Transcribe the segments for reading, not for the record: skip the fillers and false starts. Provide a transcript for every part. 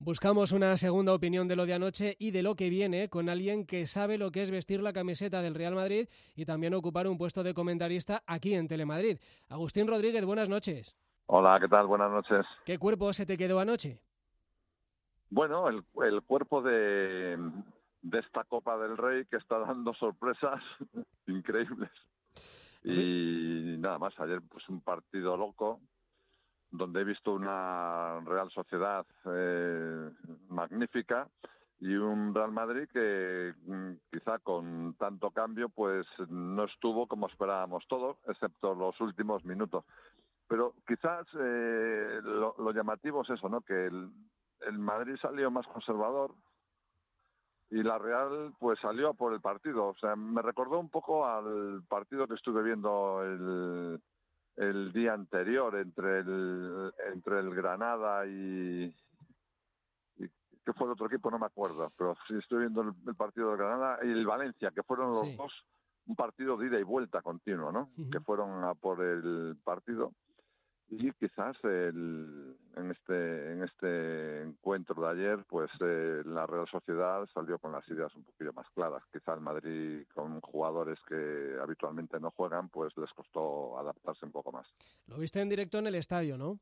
Buscamos una segunda opinión de lo de anoche y de lo que viene con alguien que sabe lo que es vestir la camiseta del Real Madrid y también ocupar un puesto de comentarista aquí en Telemadrid. Agustín Rodríguez, buenas noches. Hola, ¿qué tal? Buenas noches. ¿Qué cuerpo se te quedó anoche? Bueno, el cuerpo de esta Copa del Rey que está dando sorpresas increíbles. Y nada más, ayer pues un partido loco donde he visto una Real Sociedad magnífica y un Real Madrid que quizá con tanto cambio pues no estuvo como esperábamos todos, excepto los últimos minutos. Pero quizás lo llamativo es eso, ¿no? Que el Madrid salió más conservador y la Real pues salió a por el partido. O sea, me recordó un poco al partido que estuve viendo el día anterior entre el Granada y ¿qué fue el otro equipo? No me acuerdo, pero sí estoy viendo el partido del Granada y el Valencia, que fueron los dos un partido de ida y vuelta continuo, ¿no? Que fueron a por el partido. Y quizás en este encuentro de ayer, pues la Real Sociedad salió con las ideas un poquillo más claras. Quizás el Madrid, con jugadores que habitualmente no juegan, pues les costó adaptarse un poco más. Lo viste en directo en el estadio, ¿no?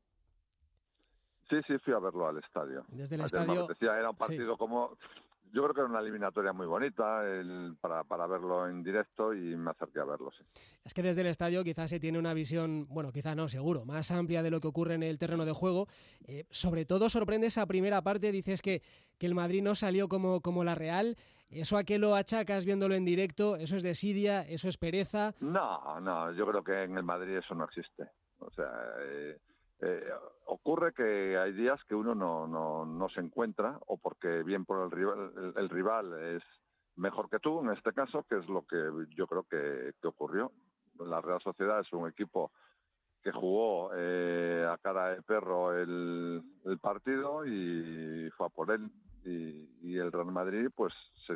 Sí, fui a verlo al estadio. Desde el Ayer estadio. Me apetecía, era un partido como... Yo creo que era una eliminatoria muy bonita para verlo en directo y me acerqué a verlo, sí. Es que desde el estadio quizás se tiene una visión, bueno, quizá no, seguro, más amplia de lo que ocurre en el terreno de juego. Sobre todo sorprende esa primera parte, dices que el Madrid no salió como la Real. ¿Eso a qué lo achacas viéndolo en directo? ¿Eso es desidia? ¿Eso es pereza? No, yo creo que en el Madrid eso no existe. O sea... ocurre que hay días que uno no se encuentra o porque bien por el rival es mejor que tú, en este caso, que es lo que yo creo que ocurrió. La Real Sociedad es un equipo que jugó a cara de perro el partido y fue a por él. Y el Real Madrid pues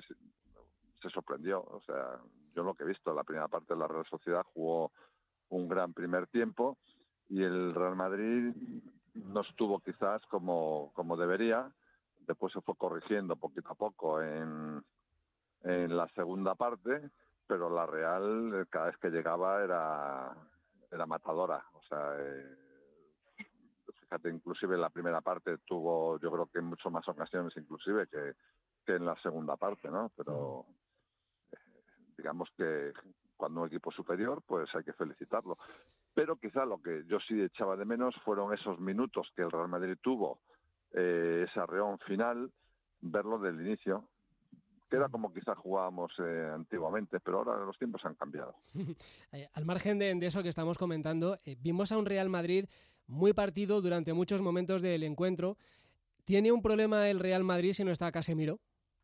se sorprendió. O sea, yo lo que he visto, la primera parte de la Real Sociedad jugó un gran primer tiempo y el Real Madrid no estuvo quizás como debería. Después se fue corrigiendo poquito a poco en la segunda parte, pero la Real cada vez que llegaba era matadora. O sea, fíjate, inclusive en la primera parte tuvo, yo creo que mucho más ocasiones inclusive que en la segunda parte, ¿no? Pero digamos que cuando un equipo es superior, pues hay que felicitarlo. Pero quizá lo que yo sí echaba de menos fueron esos minutos que el Real Madrid tuvo, ese arreón final, verlo del inicio, que era como quizá jugábamos antiguamente, pero ahora los tiempos han cambiado. Al margen de eso que estamos comentando, vimos a un Real Madrid muy partido durante muchos momentos del encuentro. ¿Tiene un problema el Real Madrid si no está Casemiro?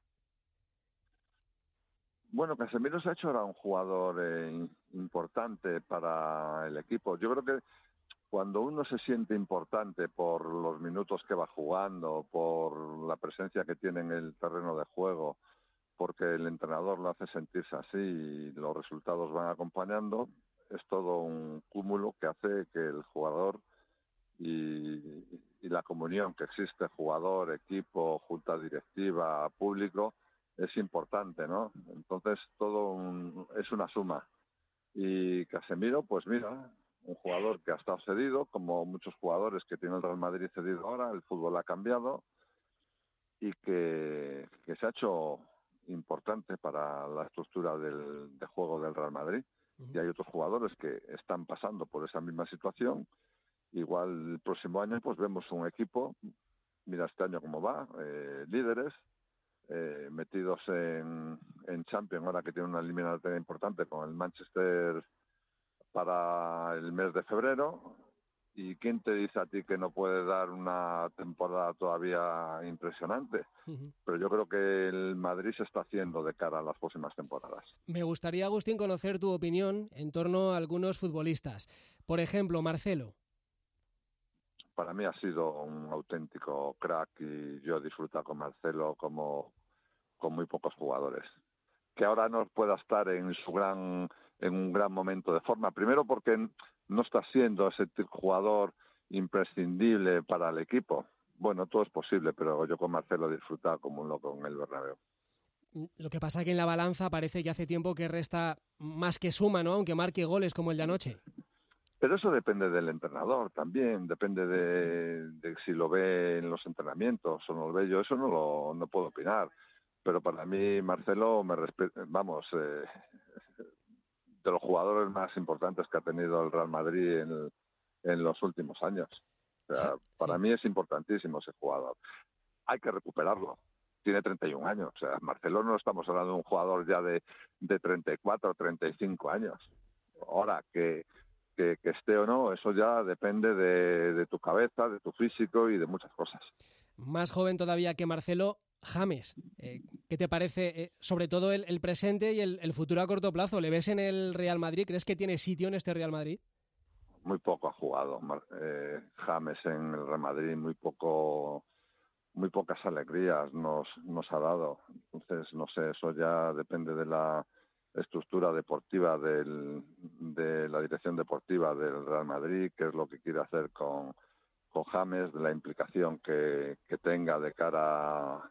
Bueno, Casemiro se ha hecho ahora un jugador importante para el equipo. Yo creo que cuando uno se siente importante por los minutos que va jugando, por la presencia que tiene en el terreno de juego, porque el entrenador lo hace sentirse así y los resultados van acompañando, es todo un cúmulo que hace que el jugador y la comunión que existe jugador, equipo, junta directiva, público, es importante, ¿no? Entonces es una suma. Y Casemiro, pues mira, un jugador que ha estado cedido, como muchos jugadores que tiene el Real Madrid cedido ahora, el fútbol ha cambiado y que se ha hecho importante para la estructura de juego del Real Madrid. Y hay otros jugadores que están pasando por esa misma situación. Igual el próximo año pues vemos un equipo, mira este año cómo va, líderes, metidos en Champions, ahora que tiene una eliminatoria importante con el Manchester para el mes de febrero. ¿Y quién te dice a ti que no puede dar una temporada todavía impresionante? Pero yo creo que el Madrid se está haciendo de cara a las próximas temporadas. Me gustaría, Agustín, conocer tu opinión en torno a algunos futbolistas. Por ejemplo, Marcelo. Para mí ha sido un auténtico crack y yo he disfrutado con Marcelo como con muy pocos jugadores. Que ahora no pueda estar en un gran momento de forma. Primero porque no está siendo ese jugador imprescindible para el equipo. Bueno, todo es posible, pero yo con Marcelo he disfrutado como un loco en el Bernabéu. Lo que pasa es que en la balanza parece que hace tiempo que resta más que suma, ¿no? Aunque marque goles como el de anoche. Pero eso depende del entrenador también, depende de si lo ve en los entrenamientos o no lo ve. Yo eso no puedo opinar. Pero para mí Marcelo vamos, de los jugadores más importantes que ha tenido el Real Madrid en los últimos años. O sea, para mí es importantísimo ese jugador. Hay que recuperarlo. Tiene 31 años. O sea, Marcelo no estamos hablando de un jugador ya de 34 o 35 años. Ahora, que esté o no, eso ya depende de tu cabeza, de tu físico y de muchas cosas. Más joven todavía que Marcelo, James. ¿Qué te parece, sobre todo el presente y el futuro a corto plazo? ¿Le ves en el Real Madrid? ¿Crees que tiene sitio en este Real Madrid? Muy poco ha jugado James en el Real Madrid, muy pocas alegrías nos ha dado. Entonces, no sé, eso ya depende de la estructura deportiva de la dirección deportiva del Real Madrid, qué es lo que quiere hacer con James, de la implicación que tenga de cara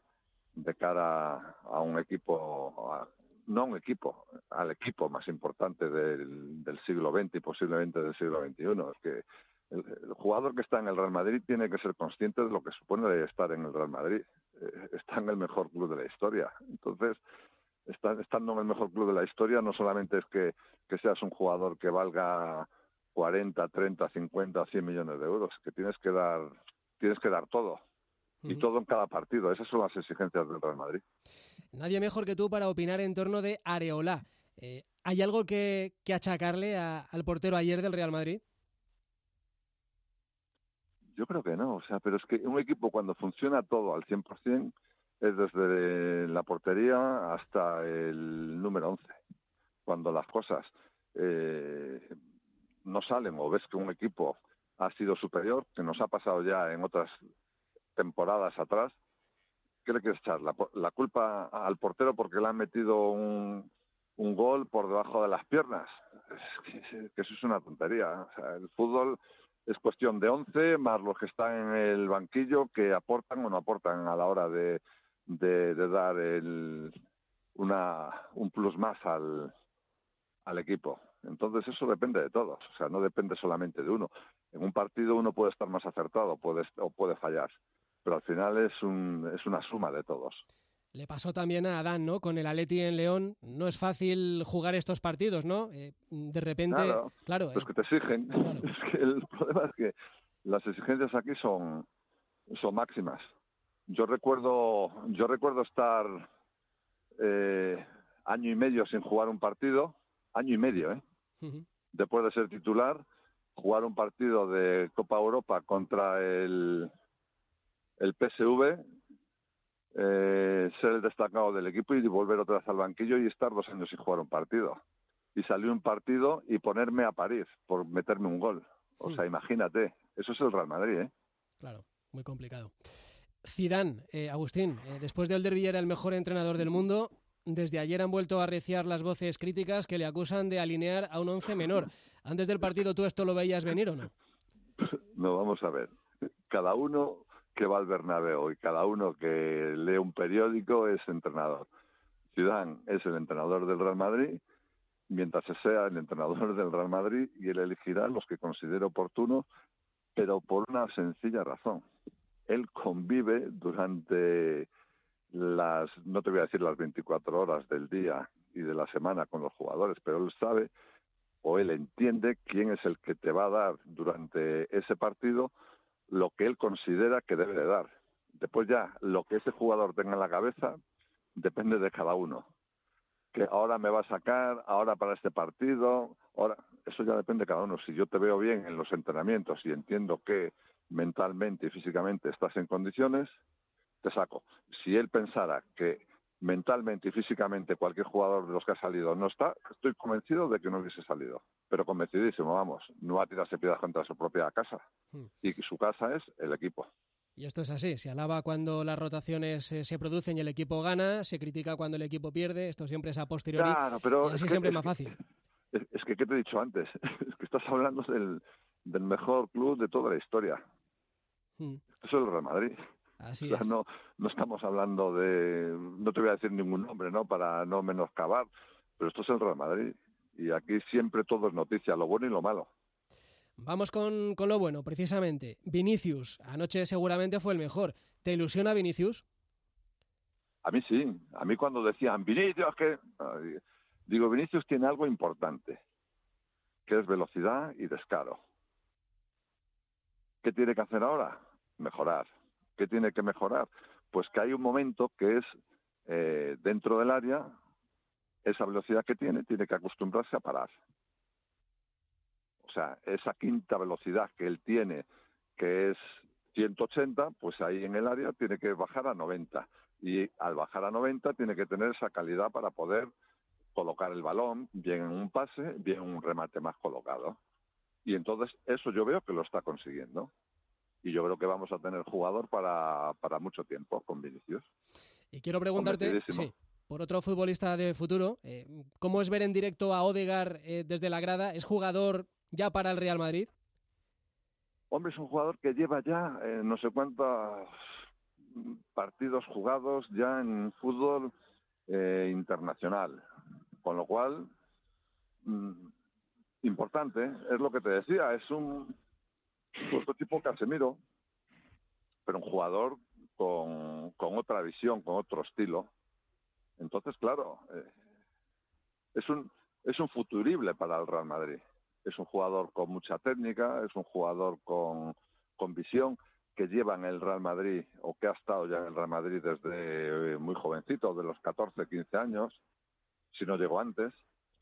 a un equipo, no a un equipo, al equipo más importante del siglo XX y posiblemente del siglo XXI. Es que el jugador que está en el Real Madrid tiene que ser consciente de lo que supone estar en el Real Madrid. Está en el mejor club de la historia. Entonces, estando en el mejor club de la historia, no solamente es que seas un jugador que valga 40, 30, 50, 100 millones de euros, que tienes que dar todo. Y todo en cada partido. Esas son las exigencias del Real Madrid. Nadie mejor que tú para opinar en torno de Areola. ¿Hay algo que achacarle al portero ayer del Real Madrid? Yo creo que no. O sea, pero es que un equipo cuando funciona todo al 100% es desde la portería hasta el número 11. Cuando las cosas no salen o ves que un equipo ha sido superior, que nos ha pasado ya en otras temporadas atrás, ¿qué le quieres echar? ¿La culpa al portero porque le han metido un gol por debajo de las piernas? Que eso es una tontería. O sea, el fútbol es cuestión de 11 más los que están en el banquillo que aportan o no aportan a la hora de dar un plus más al equipo. Entonces eso depende de todos. O sea, no depende solamente de uno. En un partido uno puede estar más acertado o puede fallar. Pero al final es una suma de todos. Le pasó también a Adán, ¿no? Con el Atleti en León. No es fácil jugar estos partidos, ¿no? De repente... Claro, es que te exigen. Claro. Es que el problema es que las exigencias aquí son máximas. Yo recuerdo estar año y medio sin jugar un partido. Año y medio, Uh-huh. Después de ser titular, jugar un partido de Copa Europa contra el PSV, ser el destacado del equipo y volver otra vez al banquillo y estar 2 años sin jugar un partido. Y salir un partido y ponerme a parir por meterme un gol. O sea, imagínate, eso es el Real Madrid, Claro, muy complicado. Zidane, Agustín, después del derbi era el mejor entrenador del mundo. Desde ayer han vuelto a arreciar las voces críticas que le acusan de alinear a un 11 menor. ¿Antes del partido tú esto lo veías venir o no? No, vamos a ver. Cada uno que va al Bernabéu y cada uno que lee un periódico es entrenador. Zidane es el entrenador del Real Madrid, mientras sea el entrenador del Real Madrid, y él elegirá los que considere oportunos, pero por una sencilla razón. Él convive durante no te voy a decir las 24 horas del día y de la semana con los jugadores, pero él sabe o él entiende quién es el que te va a dar durante ese partido lo que él considera que debe de dar. Después ya, lo que ese jugador tenga en la cabeza depende de cada uno. Que ahora me va a sacar, ahora para este partido, ahora eso ya depende de cada uno. Si yo te veo bien en los entrenamientos y entiendo que mentalmente y físicamente estás en condiciones, te saco. Si él pensara que mentalmente y físicamente cualquier jugador de los que ha salido no está, estoy convencido de que no hubiese salido. Pero convencidísimo, vamos, no va a tirarse piedras contra su propia casa. Y su casa es el equipo. Y esto es así, se alaba cuando las rotaciones se producen y el equipo gana, se critica cuando el equipo pierde, esto siempre es a posteriori, claro, pero y así siempre es más fácil. Es que, ¿qué te he dicho antes? Es que estás hablando del mejor club de toda la historia. Esto es el Real Madrid. Así O sea, es. no estamos hablando de... No te voy a decir ningún nombre, ¿no? Para no menoscabar, pero esto es el Real Madrid. Y aquí siempre todo es noticia, lo bueno y lo malo. Vamos con lo bueno, precisamente. Vinicius, anoche seguramente fue el mejor. ¿Te ilusiona Vinicius? A mí sí. A mí cuando decían, Vinicius, que... Digo, Vinicius tiene algo importante, que es velocidad y descaro. ¿Qué tiene que hacer ahora? Mejorar. ¿Qué tiene que mejorar? Pues que hay un momento que es dentro del área, esa velocidad que tiene que acostumbrarse a parar. O sea, esa quinta velocidad que él tiene, que es 180, pues ahí en el área tiene que bajar a 90. Y al bajar a 90 tiene que tener esa calidad para poder colocar el balón, bien en un pase, bien en un remate más colocado. Y entonces eso yo veo que lo está consiguiendo. Y yo creo que vamos a tener jugador para mucho tiempo con Vinicius. Y quiero preguntarte, Convencidísimo. sí, por otro futbolista de futuro, ¿cómo es ver en directo a Odegaard desde la grada? ¿Es jugador ya para el Real Madrid? Hombre, es un jugador que lleva ya no sé cuántos partidos jugados ya en fútbol internacional. Con lo cual, mmm, importante, es lo que te decía, es un otro tipo Casemiro, pero un jugador con otra visión, con otro estilo. Entonces, claro, es un futurible para el Real Madrid. Es un jugador con mucha técnica, es un jugador con visión, que lleva en el Real Madrid, o que ha estado ya en el Real Madrid desde muy jovencito, de los 14, 15 años, si no llegó antes,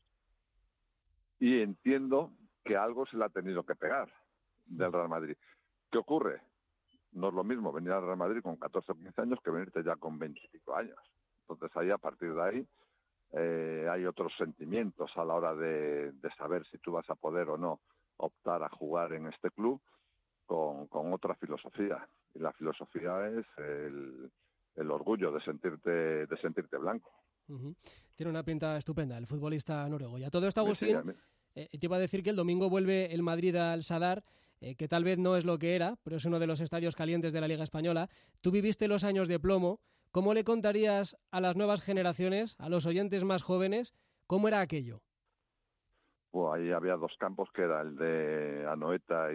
y entiendo que algo se le ha tenido que pegar del Real Madrid. ¿Qué ocurre? No es lo mismo venir al Real Madrid con 14 o 15 años que venirte ya con 25 años. Entonces ahí, a partir de ahí, hay otros sentimientos a la hora de saber si tú vas a poder o no optar a jugar en este club con otra filosofía. Y la filosofía es el orgullo de sentirte blanco. Uh-huh. Tiene una pinta estupenda el futbolista noruego. Y a todo esto, Sí, Agustín, te iba a decir que el domingo vuelve el Madrid al Sadar, que tal vez no es lo que era, pero es uno de los estadios calientes de la Liga Española. Tú viviste los años de plomo. ¿Cómo le contarías a las nuevas generaciones, a los oyentes más jóvenes, cómo era aquello? Pues ahí había dos campos, que era el de Anoeta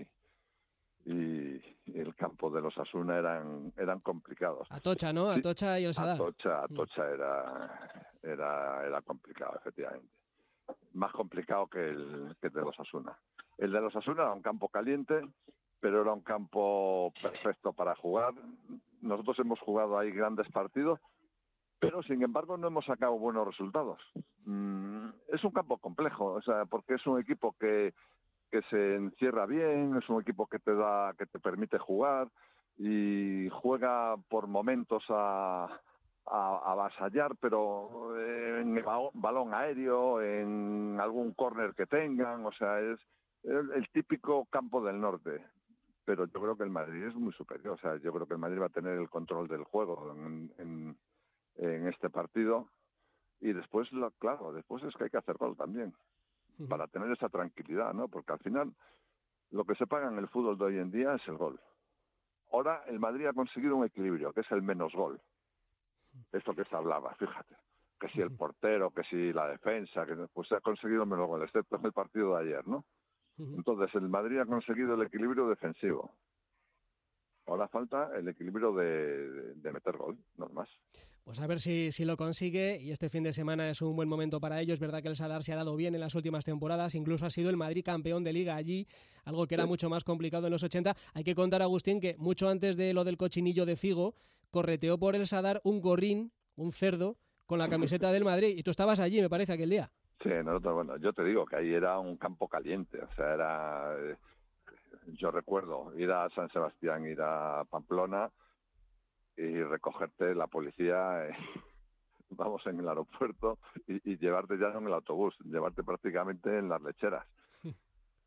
y el campo de los Asuna, eran complicados. Atocha, ¿no? Sí, Atocha y el Sadar. Atocha era complicado, efectivamente. Más complicado que el de los Asuna. El de los Asuna era un campo caliente, pero era un campo perfecto para jugar. Nosotros hemos jugado ahí grandes partidos, pero sin embargo no hemos sacado buenos resultados. Es un campo complejo, o sea, porque es un equipo que se encierra bien, es un equipo que te permite jugar y juega por momentos a avasallar, pero en el balón aéreo, en algún córner que tengan, o sea, es el típico campo del norte. Pero yo creo que el Madrid es muy superior, o sea, yo creo que el Madrid va a tener el control del juego en este partido. Y después, claro, después es que hay que hacer gol también, para tener esa tranquilidad, ¿no? Porque al final lo que se paga en el fútbol de hoy en día es el gol. Ahora el Madrid ha conseguido un equilibrio, que es el menos gol. Esto que se hablaba, fíjate. Que si el portero, que si la defensa, pues se ha conseguido menos gol, excepto en el partido de ayer, ¿no? Entonces el Madrid ha conseguido el equilibrio defensivo. Ahora falta el equilibrio de meter gol, no más. Pues a ver si lo consigue, y este fin de semana es un buen momento para ello. Es verdad que el Sadar se ha dado bien en las últimas temporadas, incluso ha sido el Madrid campeón de Liga allí, algo que era mucho más complicado en los 80. Hay que contar, Agustín, que mucho antes de lo del cochinillo de Figo, correteó por el Sadar un gorrín, un cerdo, con la camiseta del Madrid, y tú estabas allí, me parece, aquel día. Sí, nosotros, bueno, yo te digo que ahí era un campo caliente, o sea, yo recuerdo ir a San Sebastián, ir a Pamplona y recogerte la policía, vamos, en el aeropuerto y llevarte ya no en el autobús, llevarte prácticamente en las lecheras.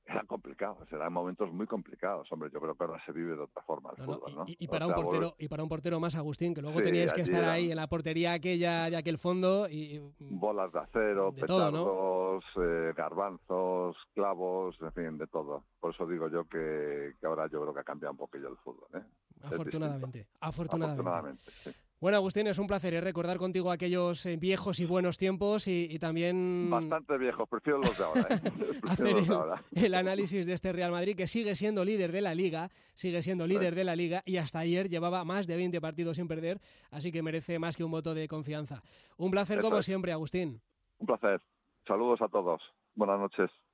eran complicados, eran momentos muy complicados. Hombre, yo creo que ahora se vive de otra forma el fútbol, ¿no? Y para un portero, y para un portero más, Agustín, que luego sí, teníais que estar eran ahí en la portería aquella de aquel fondo y bolas de acero, de todo, ¿no? petardos, garbanzos, clavos, en fin, de todo. Por eso digo yo que ahora yo creo que ha cambiado un poquillo el fútbol, ¿eh? Afortunadamente. Afortunadamente, sí. Bueno, Agustín, es un placer recordar contigo aquellos viejos y buenos tiempos y también bastante viejos, prefiero los de ahora, ¿eh? hacer el análisis de este Real Madrid, que sigue siendo líder de la Liga, y hasta ayer llevaba más de 20 partidos sin perder, así que merece más que un voto de confianza. Un placer como siempre, Agustín. Un placer. Saludos a todos. Buenas noches.